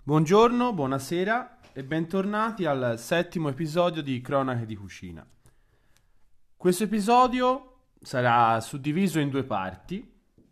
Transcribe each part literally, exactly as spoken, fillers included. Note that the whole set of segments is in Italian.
Buongiorno, buonasera e bentornati al settimo episodio di Cronache di Cucina. Questo episodio sarà suddiviso in due parti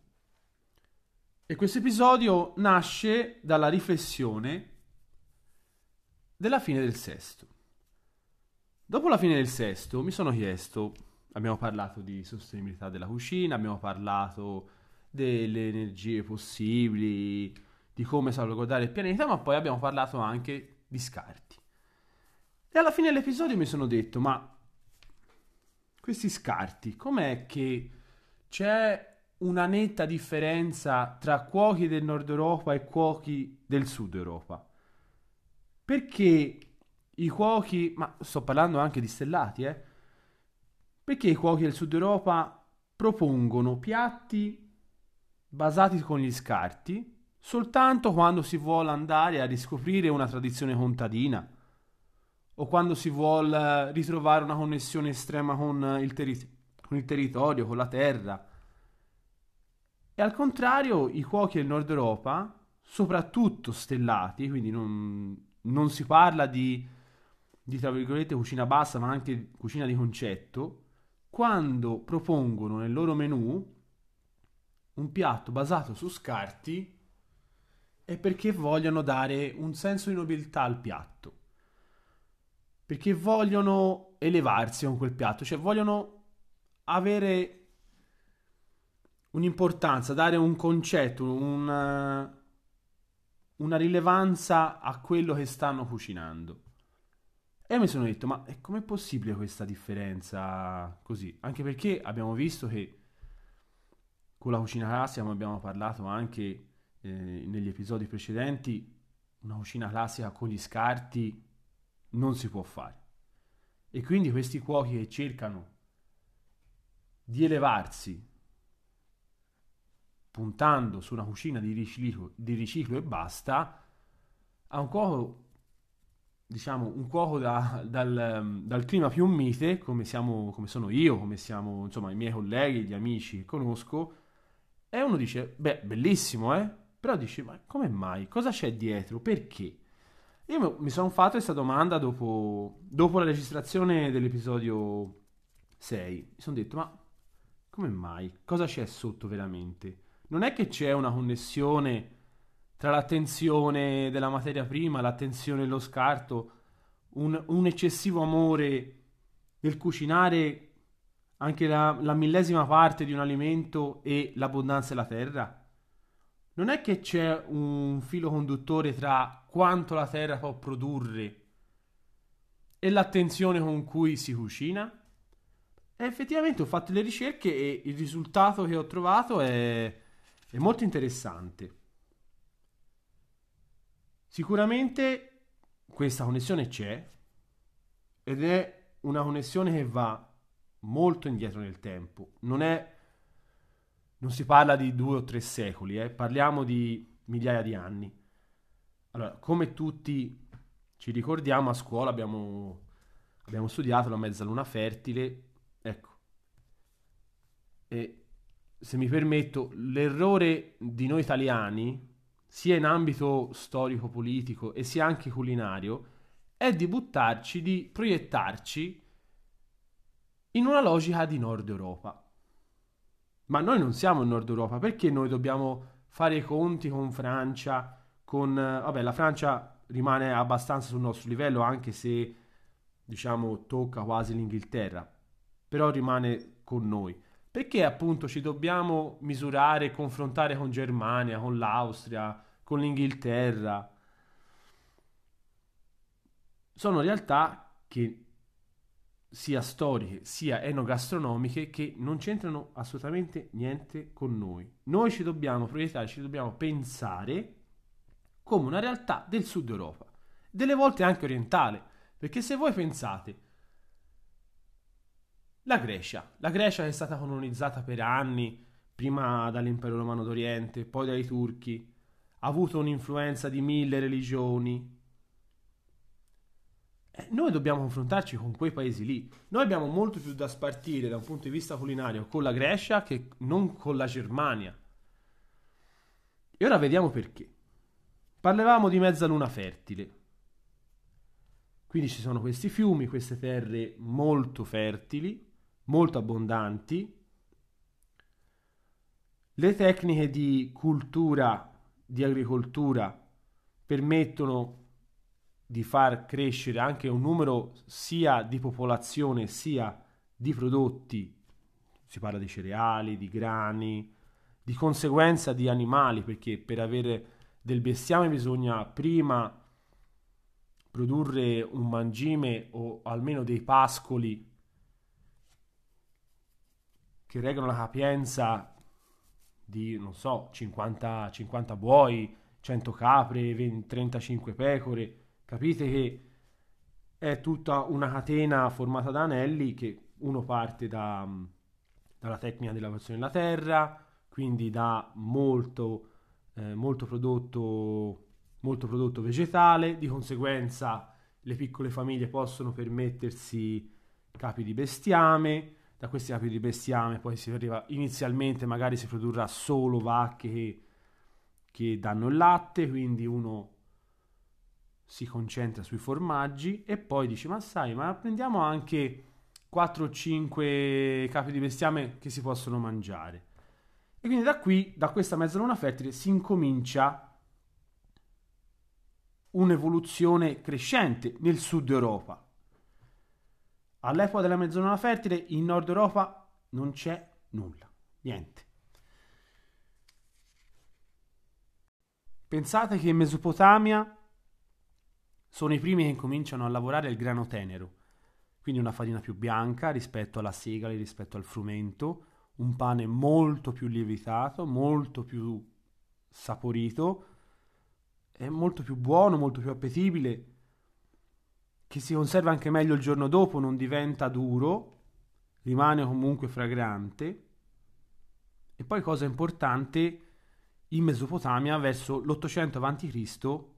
e questo episodio nasce dalla riflessione della fine del sesto. Dopo la fine del sesto mi sono chiesto, abbiamo parlato di sostenibilità della cucina, abbiamo parlato delle energie possibili, di come salvaguardare il pianeta, ma poi abbiamo parlato anche di scarti. E alla fine dell'episodio mi sono detto, ma questi scarti, com'è che c'è una netta differenza tra cuochi del nord Europa e cuochi del sud Europa? Perché i cuochi, ma sto parlando anche di stellati, eh? Perché i cuochi del sud Europa propongono piatti basati con gli scarti soltanto quando si vuole andare a riscoprire una tradizione contadina o quando si vuole ritrovare una connessione estrema con il, terri- con il territorio, con la terra. E al contrario, i cuochi del nord Europa, soprattutto stellati, quindi non, non si parla di, di, tra virgolette, cucina bassa, ma anche cucina di concetto, quando propongono nel loro menù un piatto basato su scarti è perché vogliono dare un senso di nobiltà al piatto, perché vogliono elevarsi con quel piatto, cioè vogliono avere un'importanza, dare un concetto, una, una rilevanza a quello che stanno cucinando. E io mi sono detto, ma com'è possibile questa differenza così? Anche perché abbiamo visto che con la cucina classica, come abbiamo parlato anche eh, negli episodi precedenti, una cucina classica con gli scarti non si può fare. E quindi questi cuochi che cercano di elevarsi puntando su una cucina di riciclo, di riciclo e basta, a un cuoco, diciamo, un cuoco da- dal, dal clima più mite, come siamo, come sono io, come siamo, insomma, i miei colleghi, gli amici che conosco, e uno dice, beh, bellissimo, eh? Però dice, ma come mai? Cosa c'è dietro? Perché? Io mi sono fatto questa domanda dopo, dopo la registrazione dell'episodio sei. Mi sono detto, ma come mai? Cosa c'è sotto veramente? Non è che c'è una connessione tra l'attenzione della materia prima, l'attenzione dello scarto, un, un eccessivo amore nel cucinare anche la, la millesima parte di un alimento e l'abbondanza della terra? Non è che c'è un filo conduttore tra quanto la terra può produrre e l'attenzione con cui si cucina? E effettivamente ho fatto le ricerche e il risultato che ho trovato è, è molto interessante. Sicuramente questa connessione c'è ed è una connessione che va molto indietro nel tempo. Non è, non si parla di due o tre secoli, eh, parliamo di migliaia di anni. Allora, come tutti ci ricordiamo, a scuola abbiamo, abbiamo studiato la mezzaluna fertile. Ecco, e se mi permetto, l'errore di noi italiani, sia in ambito storico-politico e sia anche culinario, è di buttarci, di proiettarci in una logica di Nord Europa. Ma noi non siamo in Nord Europa, perché noi dobbiamo fare i conti con Francia, con... eh, Vabbè, la Francia rimane abbastanza sul nostro livello, anche se, diciamo, tocca quasi l'Inghilterra, però rimane con noi. Perché appunto ci dobbiamo misurare e confrontare con Germania, con l'Austria, con l'Inghilterra? Sono realtà che sia storiche sia enogastronomiche che non c'entrano assolutamente niente con noi. Noi ci dobbiamo proiettare, ci dobbiamo pensare come una realtà del sud Europa, delle volte anche orientale, perché se voi pensate la Grecia, la Grecia che è stata colonizzata per anni, prima dall'impero romano d'Oriente, poi dai turchi, ha avuto un'influenza di mille religioni. Eh, Noi dobbiamo confrontarci con quei paesi lì. Noi abbiamo molto più da spartire da un punto di vista culinario con la Grecia che non con la Germania. E ora vediamo perché. Parlavamo di mezzaluna fertile. Quindi ci sono questi fiumi, queste terre molto fertili, molto abbondanti. Le tecniche di cultura, di agricoltura, permettono di far crescere anche un numero sia di popolazione sia di prodotti. Si parla di cereali, di grani, di conseguenza di animali, perché per avere del bestiame bisogna prima produrre un mangime o almeno dei pascoli che reggono la capienza di, non so, cinquanta, cinquanta buoi, cento capre, venti, trentacinque pecore. Capite che è tutta una catena formata da anelli, che uno parte da, dalla tecnica di lavorazione della terra, quindi da molto, eh, molto prodotto molto prodotto vegetale, di conseguenza le piccole famiglie possono permettersi capi di bestiame, da questi capi di bestiame poi si arriva, inizialmente magari si produrrà solo vacche che, che danno il latte, quindi uno si concentra sui formaggi e poi dice ma sai, ma prendiamo anche quattro o cinque capi di bestiame che si possono mangiare. E quindi da qui, da questa mezzaluna fertile, si incomincia un'evoluzione crescente nel sud Europa. All'epoca della mezzaluna fertile in nord Europa non c'è nulla, niente. Pensate che in Mesopotamia sono i primi che incominciano a lavorare il grano tenero, quindi una farina più bianca rispetto alla segale, rispetto al frumento, un pane molto più lievitato, molto più saporito, è molto più buono, molto più appetibile, che si conserva anche meglio il giorno dopo, non diventa duro, rimane comunque fragrante. E poi cosa importante, in Mesopotamia verso l'ottocento avanti Cristo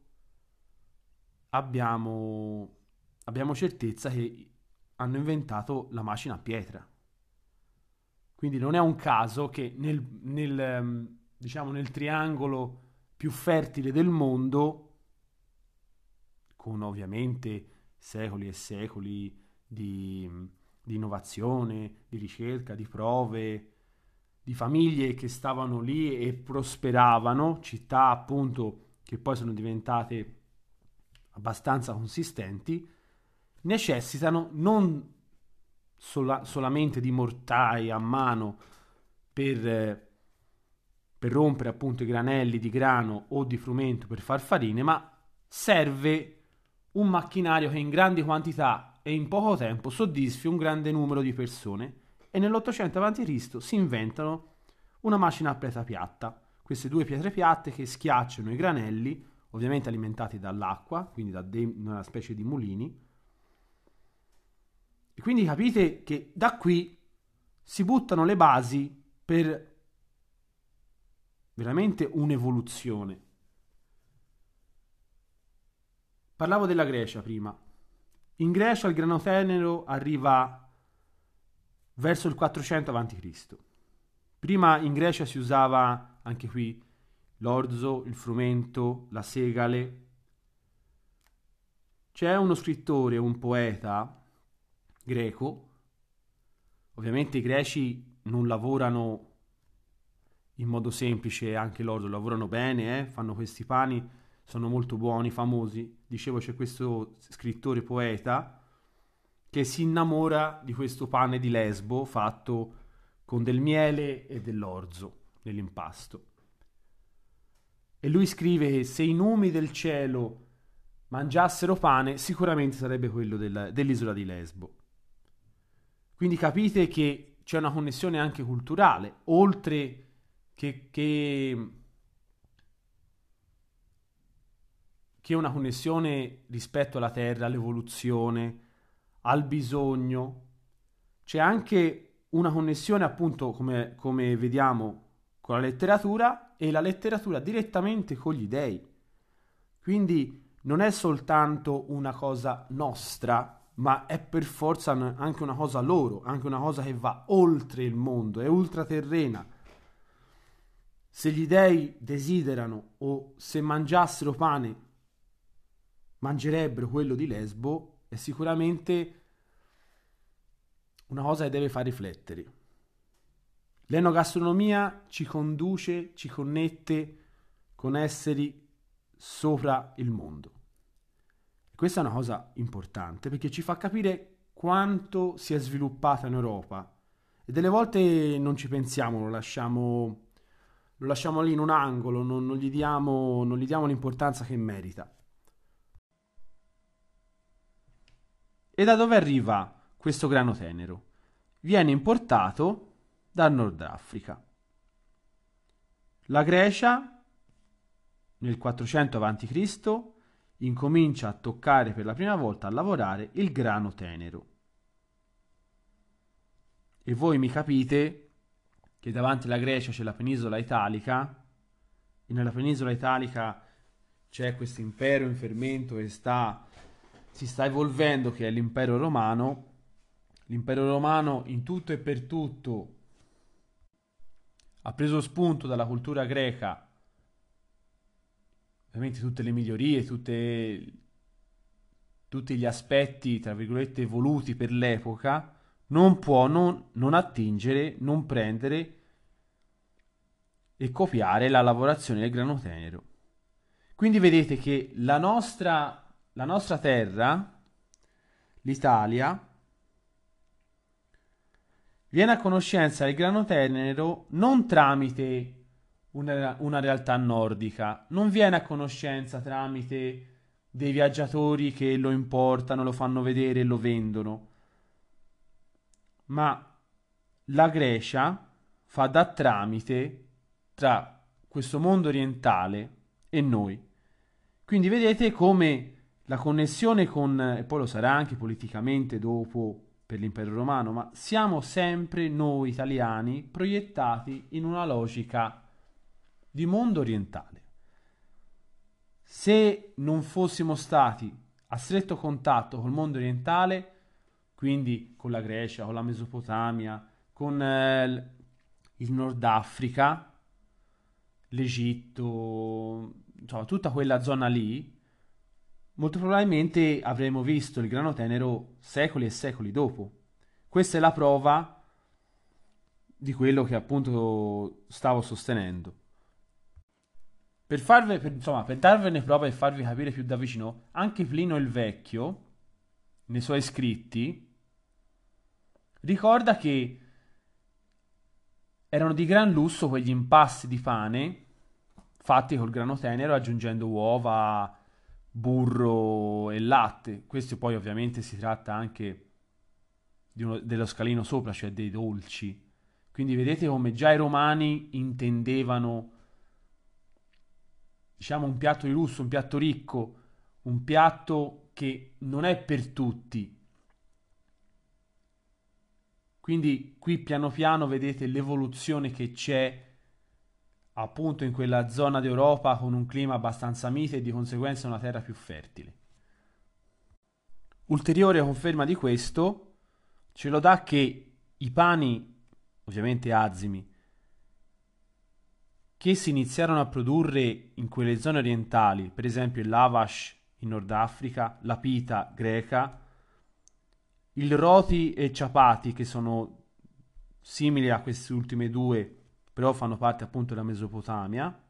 abbiamo, abbiamo certezza che hanno inventato la macina a pietra. Quindi non è un caso che nel, nel, diciamo, nel triangolo più fertile del mondo, con ovviamente secoli e secoli di, di innovazione, di ricerca, di prove, di famiglie che stavano lì e prosperavano, città appunto che poi sono diventate abbastanza consistenti, necessitano non sola, solamente di mortai a mano per... per rompere appunto i granelli di grano o di frumento per far farine, ma serve un macchinario che in grandi quantità e in poco tempo soddisfi un grande numero di persone, e nell'ottocento avanti Cristo si inventano una macina a pietra piatta, queste due pietre piatte che schiacciano i granelli, ovviamente alimentati dall'acqua, quindi da de- una specie di mulini, e quindi capite che da qui si buttano le basi per veramente un'evoluzione. Parlavo della Grecia prima. In Grecia il grano tenero arriva verso il quattrocento avanti Cristo. Prima in Grecia si usava anche qui l'orzo, il frumento, la segale. C'è uno scrittore, un poeta greco. Ovviamente i greci non lavorano in modo semplice, anche l'orzo, lavorano bene, eh? Fanno questi pani, sono molto buoni, famosi. Dicevo, c'è questo scrittore poeta che si innamora di questo pane di Lesbo fatto con del miele e dell'orzo nell'impasto. E lui scrive che se i numi del cielo mangiassero pane, sicuramente sarebbe quello del, dell'isola di Lesbo. Quindi capite che c'è una connessione anche culturale, oltre che, che, che una connessione rispetto alla terra, all'evoluzione, al bisogno. C'è anche una connessione, appunto, come, come vediamo, con la letteratura, e la letteratura direttamente con gli dei. Quindi non è soltanto una cosa nostra, ma è per forza anche una cosa loro, anche una cosa che va oltre il mondo, è ultraterrena. se gli dei desiderano o se mangiassero pane mangerebbero quello di Lesbo, è sicuramente una cosa che deve far riflettere. L'enogastronomia ci conduce, ci connette con esseri sopra il mondo. Questa è una cosa importante perché ci fa capire quanto si è sviluppata in Europa e delle volte non ci pensiamo, lo lasciamo, lo lasciamo lì in un angolo, non, non gli diamo, non gli diamo l'importanza che merita. E da dove arriva questo grano tenero? Viene importato dal Nord Africa. La Grecia, nel quattrocento avanti Cristo, incomincia a toccare per la prima volta a lavorare il grano tenero. E voi mi capite che davanti alla Grecia c'è la penisola italica, e nella penisola italica c'è questo impero in fermento che sta, si sta evolvendo, che è l'impero romano. L'impero romano in tutto e per tutto ha preso spunto dalla cultura greca, ovviamente tutte le migliorie, tutte, tutti gli aspetti, tra virgolette, evoluti per l'epoca, non può non, non attingere, non prendere e copiare la lavorazione del grano tenero. Quindi vedete che la nostra, la nostra terra, l'Italia, viene a conoscenza del grano tenero non tramite una, una realtà nordica, non viene a conoscenza tramite dei viaggiatori che lo importano, lo fanno vedere e lo vendono, ma la Grecia fa da tramite tra questo mondo orientale e noi. Quindi vedete come la connessione con, e poi lo sarà anche politicamente dopo per l'impero romano, ma siamo sempre noi italiani proiettati in una logica di mondo orientale. Se non fossimo stati a stretto contatto col mondo orientale, quindi con la Grecia, con la Mesopotamia, con eh, il Nord Africa, l'Egitto, insomma tutta quella zona lì, molto probabilmente avremmo visto il grano tenero secoli e secoli dopo. Questa è la prova di quello che appunto stavo sostenendo. Per farvi, per, insomma, per darvene prova e farvi capire più da vicino, anche Plinio il Vecchio, nei suoi scritti, ricorda che erano di gran lusso quegli impasti di pane fatti col grano tenero aggiungendo uova, burro e latte. Questo poi ovviamente si tratta anche di uno, dello scalino sopra, cioè dei dolci. Quindi vedete come già i romani intendevano, diciamo, un piatto di lusso, un piatto ricco, un piatto che non è per tutti. Quindi qui piano piano vedete l'evoluzione che c'è appunto in quella zona d'Europa con un clima abbastanza mite e di conseguenza una terra più fertile. Ulteriore conferma di questo ce lo dà che i pani, ovviamente azimi, che si iniziarono a produrre in quelle zone orientali, per esempio il lavash in Nord Africa, la pita greca, il roti e chapati, che sono simili a queste ultime due, però fanno parte appunto della Mesopotamia,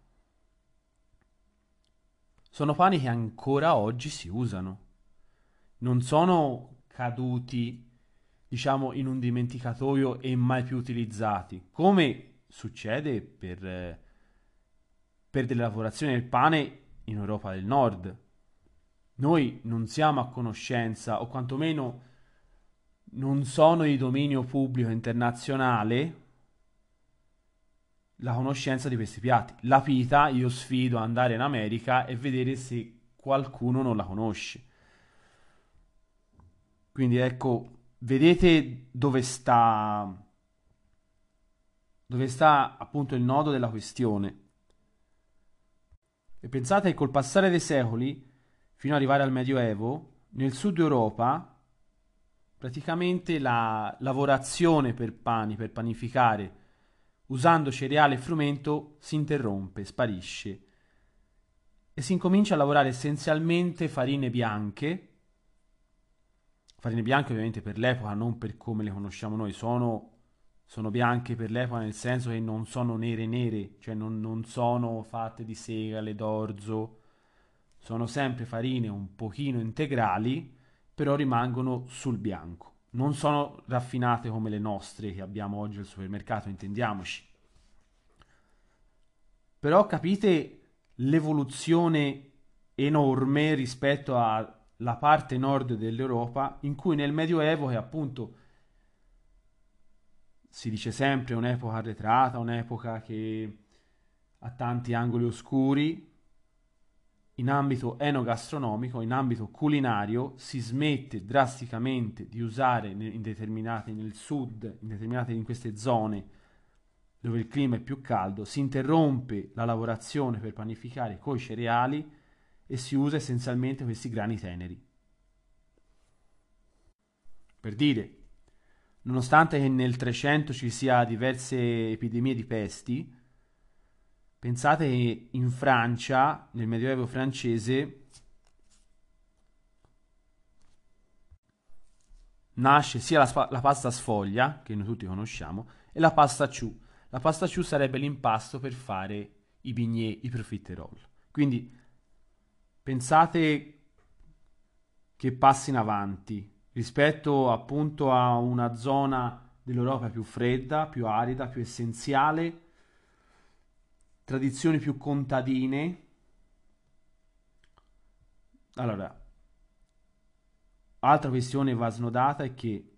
sono pani che ancora oggi si usano. Non sono caduti, diciamo, in un dimenticatoio e mai più utilizzati, come succede per, eh, per delle lavorazioni del pane in Europa del Nord. Noi non siamo a conoscenza, o quantomeno non sono di dominio pubblico internazionale, la conoscenza di questi piatti. La pita, io sfido ad andare in America e vedere se qualcuno non la conosce. Quindi ecco, vedete dove sta, dove sta appunto il nodo della questione. E pensate che col passare dei secoli, fino ad arrivare al Medioevo, nel sud Europa, praticamente la lavorazione per pani, per panificare usando cereale e frumento, si interrompe, sparisce e si incomincia a lavorare essenzialmente farine bianche. Farine bianche ovviamente per l'epoca, non per come le conosciamo noi, sono, sono bianche per l'epoca nel senso che non sono nere nere, cioè non, non sono fatte di segale, d'orzo, sono sempre farine un pochino integrali, però rimangono sul bianco. Non sono raffinate come le nostre che abbiamo oggi al supermercato, intendiamoci. Però capite l'evoluzione enorme rispetto alla parte nord dell'Europa, in cui nel Medioevo, che appunto si dice sempre un'epoca arretrata, un'epoca che ha tanti angoli oscuri, in ambito enogastronomico, in ambito culinario, si smette drasticamente di usare in determinate, nel sud, in determinate in queste zone dove il clima è più caldo, si interrompe la lavorazione per panificare coi cereali e si usa essenzialmente questi grani teneri. Per dire, nonostante che nel trecento ci sia diverse epidemie di pesti, pensate che in Francia, nel Medioevo francese, nasce sia la, spa- la pasta sfoglia, che noi tutti conosciamo, e la pasta choux. La pasta choux sarebbe l'impasto per fare i bignè, i profiterol. Quindi pensate che passi in avanti rispetto appunto a una zona dell'Europa più fredda, più arida, più essenziale, tradizioni più contadine. Allora, altra questione va snodata è che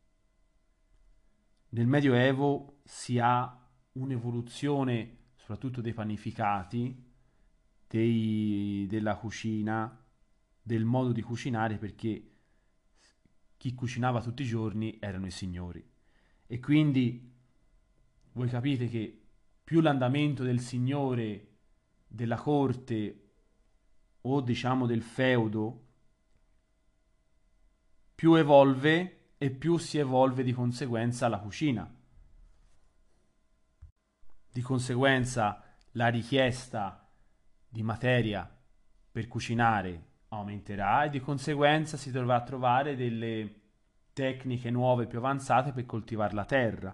nel Medioevo si ha un'evoluzione, soprattutto dei panificati, dei- della cucina, del modo di cucinare, perché chi cucinava tutti i giorni erano i signori. E quindi voi capite che più l'andamento del signore, della corte o diciamo del feudo, più evolve e più si evolve di conseguenza la cucina. Di conseguenza la richiesta di materia per cucinare aumenterà e di conseguenza si dovrà trovare delle tecniche nuove più avanzate per coltivare la terra.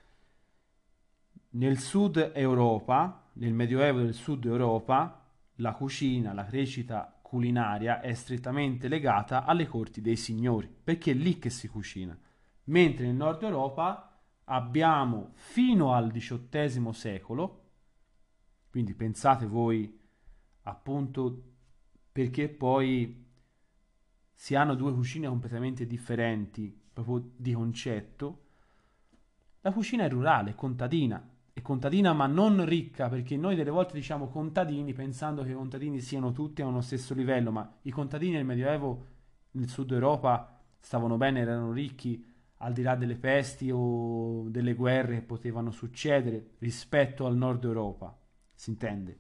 Nel sud Europa, nel Medioevo del sud Europa, la cucina, la crescita culinaria è strettamente legata alle corti dei signori, perché è lì che si cucina. Mentre nel nord Europa abbiamo fino al diciottesimo secolo, quindi pensate voi appunto perché poi si hanno due cucine completamente differenti, proprio di concetto. La cucina è rurale, è contadina, è contadina ma non ricca, perché noi delle volte diciamo contadini pensando che i contadini siano tutti a uno stesso livello, ma i contadini nel Medioevo nel sud Europa stavano bene, erano ricchi, al di là delle pesti o delle guerre che potevano succedere rispetto al nord Europa, si intende.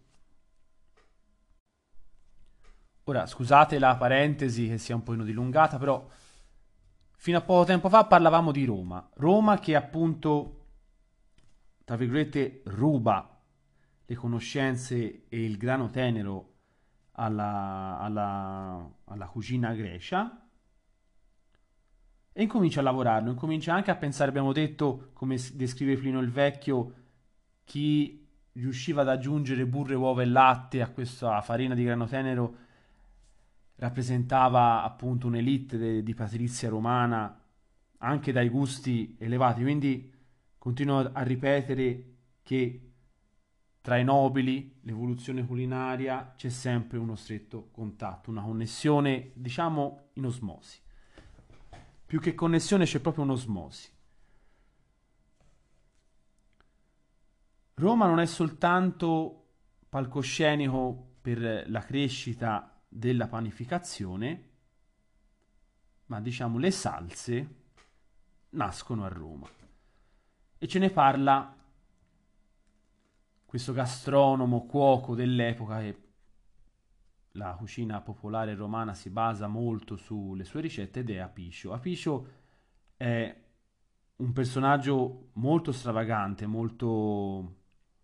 Ora, scusate la parentesi che sia un po' dilungata, però fino a poco tempo fa parlavamo di Roma. Roma che appunto, tra virgolette, ruba le conoscenze e il grano tenero alla, alla, alla cucina grecia e incomincia a lavorarlo, incomincia anche a pensare, abbiamo detto, come s- descrive Plinio il Vecchio, chi riusciva ad aggiungere burro, uova e latte a questa farina di grano tenero rappresentava appunto un'elite de- di patrizia romana anche dai gusti elevati, quindi continuo a ripetere che tra i nobili, l'evoluzione culinaria, c'è sempre uno stretto contatto, una connessione, diciamo, in osmosi. Più che connessione c'è proprio un'osmosi. Roma non è soltanto palcoscenico per la crescita della panificazione, ma diciamo le salse nascono a Roma. E ce ne parla questo gastronomo cuoco dell'epoca che la cucina popolare romana si basa molto sulle sue ricette ed è Apicio. Apicio è un personaggio molto stravagante, molto,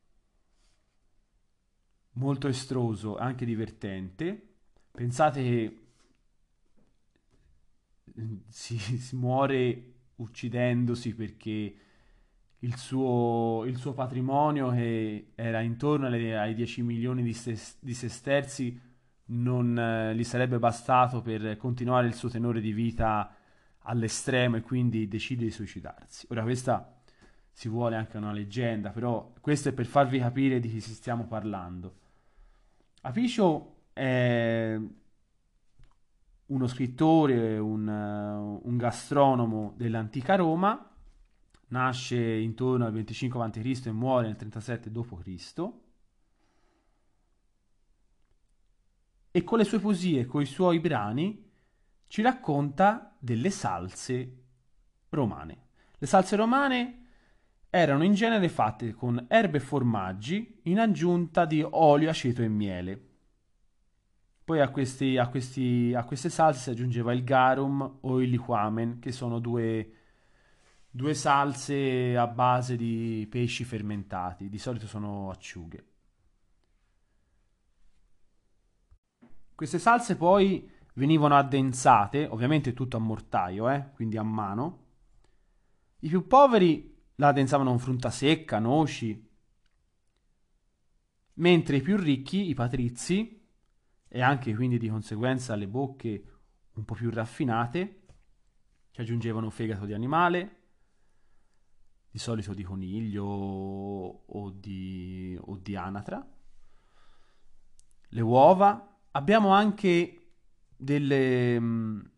molto estroso, anche divertente. Pensate che eh, si, si muore uccidendosi perché il suo, il suo patrimonio, che era intorno alle- ai dieci milioni di, ses- di sesterzi, non eh, gli sarebbe bastato per continuare il suo tenore di vita all'estremo, e quindi decide di suicidarsi. Ora, questa si vuole anche una leggenda, però questo è per farvi capire di chi si stiamo parlando. Apicio è uno scrittore, un, eh, un gastronomo dell'antica Roma. Nasce intorno al venticinque avanti Cristo e muore nel trentasette dopo Cristo. E con le sue poesie, con i suoi brani, ci racconta delle salse romane. Le salse romane erano in genere fatte con erbe e formaggi in aggiunta di olio, aceto e miele. Poi a, questi, a, questi, a queste salse si aggiungeva il garum o il liquamen, che sono due, due salse a base di pesci fermentati. Di solito sono acciughe. Queste salse poi venivano addensate, ovviamente tutto a mortaio, eh, quindi a mano. I più poveri la addensavano con frutta secca, noci, mentre i più ricchi, i patrizi, e anche quindi di conseguenza le bocche un po' più raffinate, ci aggiungevano fegato di animale, di solito di coniglio o di, o di anatra, le uova. Abbiamo anche delle, mh,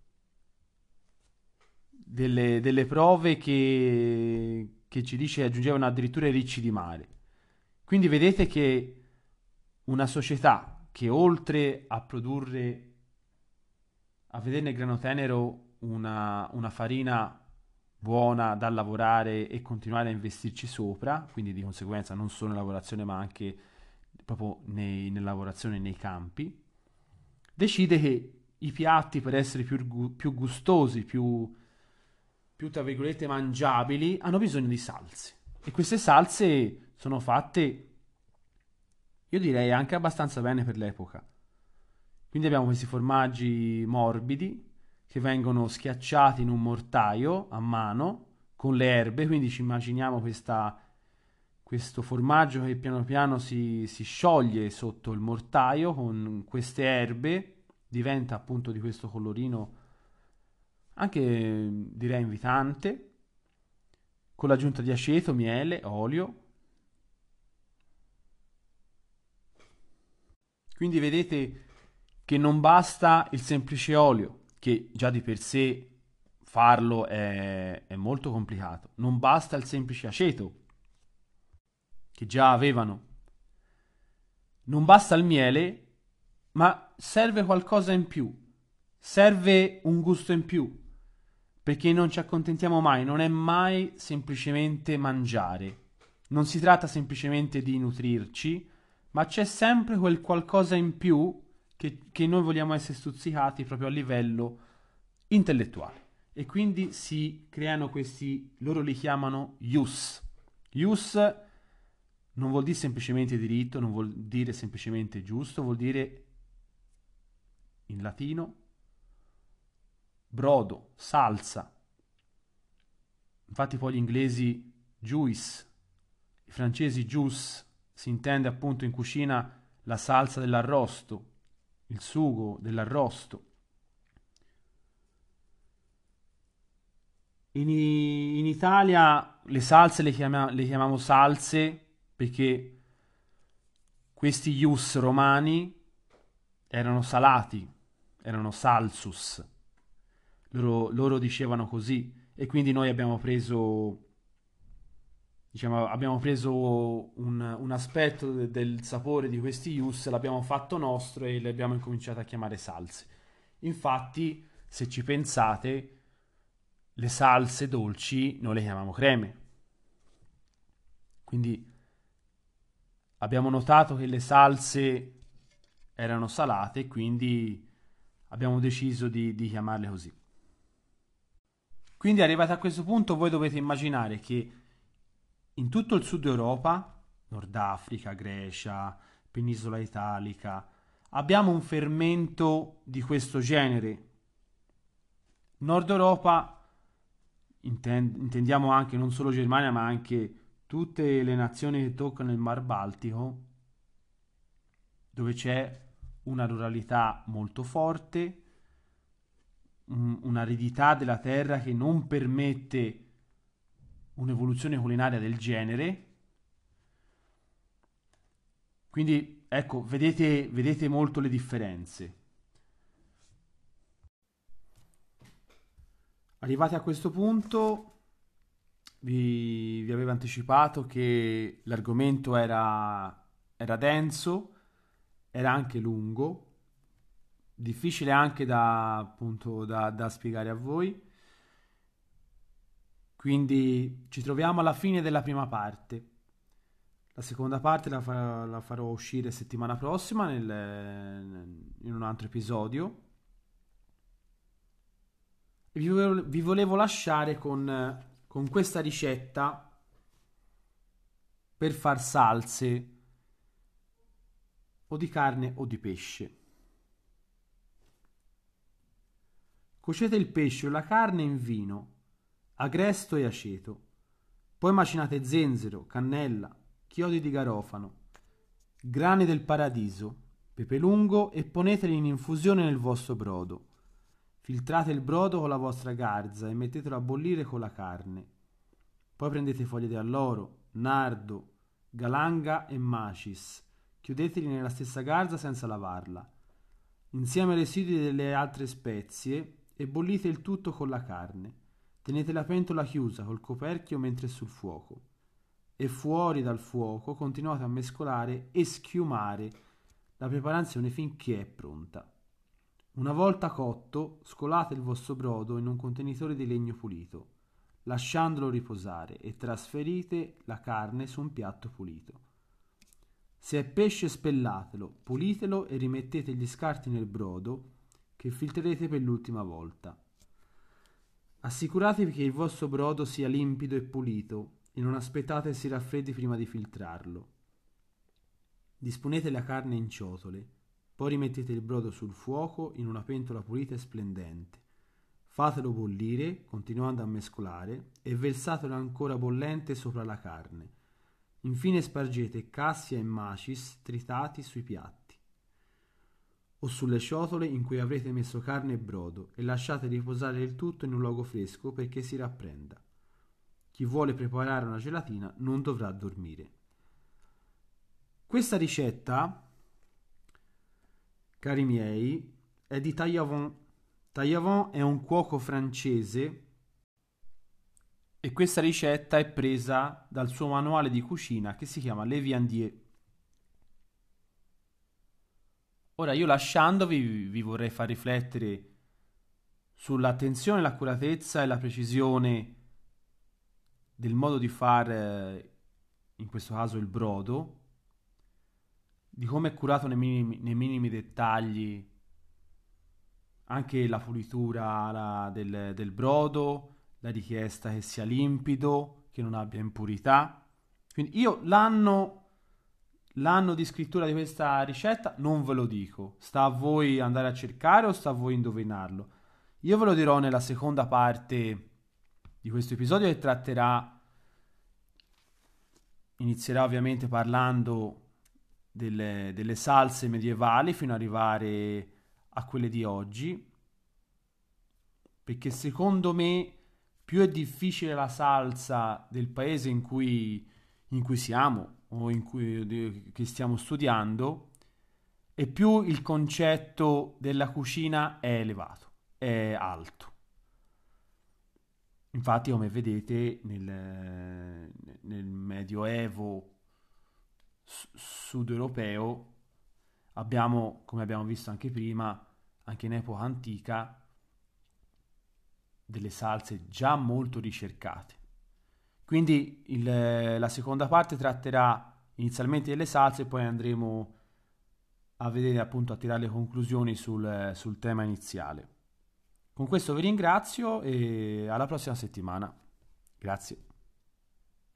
delle, delle prove che, che ci dice che aggiungevano addirittura i ricci di mare. Quindi vedete che una società che oltre a produrre, a vedere nel grano tenero una, una farina buona da lavorare e continuare a investirci sopra, quindi di conseguenza non solo in lavorazione ma anche proprio nei, nella lavorazione nei campi, decide che i piatti, per essere più, gu- più gustosi, più, più tra virgolette mangiabili, hanno bisogno di salse. E queste salse sono fatte, io direi, anche abbastanza bene per l'epoca. Quindi abbiamo questi formaggi morbidi che vengono schiacciati in un mortaio a mano con le erbe, quindi ci immaginiamo questa, questo formaggio che piano piano si, si scioglie sotto il mortaio con queste erbe, diventa appunto di questo colorino anche direi invitante, con l'aggiunta di aceto, miele, olio. Quindi vedete che non basta il semplice olio, che già di per sé farlo è, è molto complicato. Non basta il semplice aceto, che già avevano. Non basta il miele, ma serve qualcosa in più. Serve un gusto in più. Perché non ci accontentiamo mai, non è mai semplicemente mangiare. Non si tratta semplicemente di nutrirci, ma c'è sempre quel qualcosa in più che, che noi vogliamo essere stuzzicati proprio a livello intellettuale. E quindi si creano questi, loro li chiamano ius. Ius non vuol dire semplicemente diritto, non vuol dire semplicemente giusto, vuol dire in latino brodo, salsa. Infatti poi gli inglesi juice, i francesi juice, si intende appunto in cucina la salsa dell'arrosto, il sugo dell'arrosto. In, in Italia le salse le, chiama- le chiamiamo salse perché questi ius romani erano salati, erano salsus, loro, loro dicevano così, e quindi noi abbiamo preso, diciamo, abbiamo preso un, un aspetto de- del sapore di questi ius, l'abbiamo fatto nostro e le abbiamo incominciato a chiamare salse. Infatti, se ci pensate, le salse dolci noi le chiamiamo creme. Quindi abbiamo notato che le salse erano salate, quindi abbiamo deciso di, di chiamarle così. Quindi arrivati a questo punto voi dovete immaginare che in tutto il sud Europa, Nord Africa, Grecia, Penisola Italica, abbiamo un fermento di questo genere. Nord Europa, inten- intendiamo anche non solo Germania, ma anche tutte le nazioni che toccano il Mar Baltico, dove c'è una ruralità molto forte, un- un'aridità della terra che non permette un'evoluzione culinaria del genere. Quindi, ecco, vedete, vedete molto le differenze. Arrivati a questo punto, vi, vi avevo anticipato che l'argomento era, era denso, era anche lungo, difficile anche da, appunto, da, da spiegare a voi. Quindi ci troviamo alla fine della prima parte. La seconda parte la, fa- la farò uscire settimana prossima nel- in un altro episodio. E vi volevo, vi volevo lasciare con, con questa ricetta per far salse o di carne o di pesce. Cuocete il pesce o la carne in vino, agresto e aceto. Poi macinate zenzero, cannella, chiodi di garofano, grani del paradiso, pepe lungo e poneteli in infusione nel vostro brodo. Filtrate il brodo con la vostra garza e mettetelo a bollire con la carne. Poi prendete foglie di alloro, nardo, galanga e macis. Chiudeteli nella stessa garza senza lavarla, insieme ai residui delle altre spezie, e bollite il tutto con la carne. Tenete la pentola chiusa col coperchio mentre è sul fuoco. E fuori dal fuoco continuate a mescolare e schiumare la preparazione finché è pronta. Una volta cotto, scolate il vostro brodo in un contenitore di legno pulito, lasciandolo riposare, e trasferite la carne su un piatto pulito. Se è pesce, spellatelo, pulitelo e rimettete gli scarti nel brodo che filtrerete per l'ultima volta. Assicuratevi che il vostro brodo sia limpido e pulito e non aspettate si raffreddi prima di filtrarlo. Disponete la carne in ciotole, poi rimettete il brodo sul fuoco in una pentola pulita e splendente. Fatelo bollire, continuando a mescolare, e versatelo ancora bollente sopra la carne. Infine spargete cassia e macis tritati sui piatti o sulle ciotole in cui avrete messo carne e brodo, e lasciate riposare il tutto in un luogo fresco perché si rapprenda. Chi vuole preparare una gelatina non dovrà dormire. Questa ricetta, cari miei, è di Taillavon. Taillavon è un cuoco francese e questa ricetta è presa dal suo manuale di cucina che si chiama Le Viandier. Ora io lasciandovi vi vorrei far riflettere sull'attenzione, l'accuratezza e la precisione del modo di fare, in questo caso il brodo, di come è curato nei minimi, nei minimi dettagli anche la pulitura la- del, del brodo, la richiesta che sia limpido, che non abbia impurità. Quindi io l'anno, l'anno di scrittura di questa ricetta non ve lo dico, sta a voi andare a cercare o sta a voi indovinarlo. Io ve lo dirò nella seconda parte di questo episodio che tratterà, inizierà ovviamente parlando delle, delle salse medievali fino ad arrivare a quelle di oggi, perché secondo me più è difficile la salsa del paese in cui, in cui siamo o in cui di- che stiamo studiando, e più il concetto della cucina è elevato, è alto. Infatti, come vedete, nel, nel Medioevo s- sud europeo abbiamo, come abbiamo visto anche prima, anche in epoca antica, delle salse già molto ricercate. Quindi il- la seconda parte tratterà inizialmente delle salse e poi andremo a vedere, appunto, a tirare le conclusioni sul, sul tema iniziale. Con questo vi ringrazio e alla prossima settimana. Grazie.